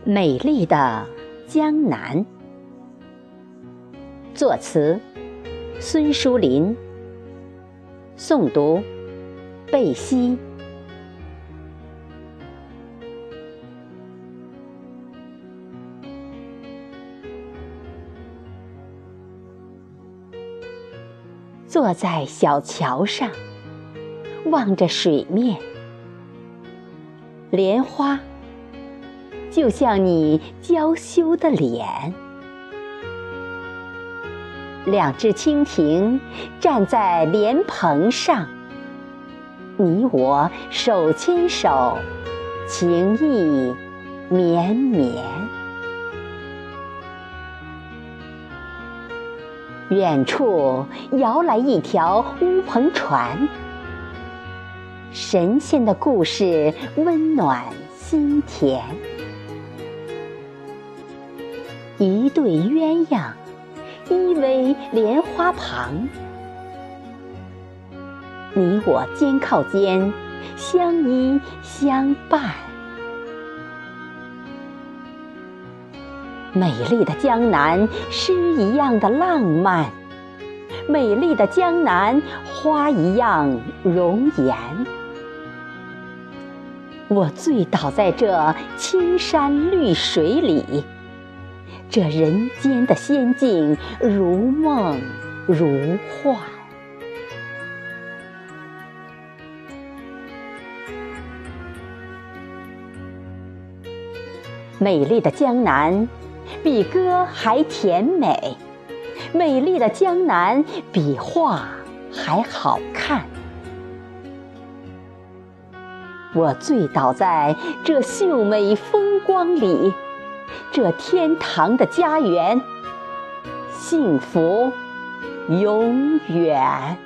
美丽的江南，作词孙淑林，诵读贝西。坐在小桥上，望着水面，莲花就像你娇羞的脸，两只蜻蜓站在莲蓬上，你我手牵手，情意绵绵。远处摇来一条乌篷船，神仙的故事温暖心田。一对鸳鸯依偎莲花旁，你我肩靠肩，相依相伴。美丽的江南，诗一样的浪漫；美丽的江南，花一样容颜。我醉倒在这青山绿水里，这人间的仙境如梦如幻。美丽的江南比歌还甜美，美丽的江南比画还好看。我醉倒在这秀美风光里，这天堂的家园，幸福永远。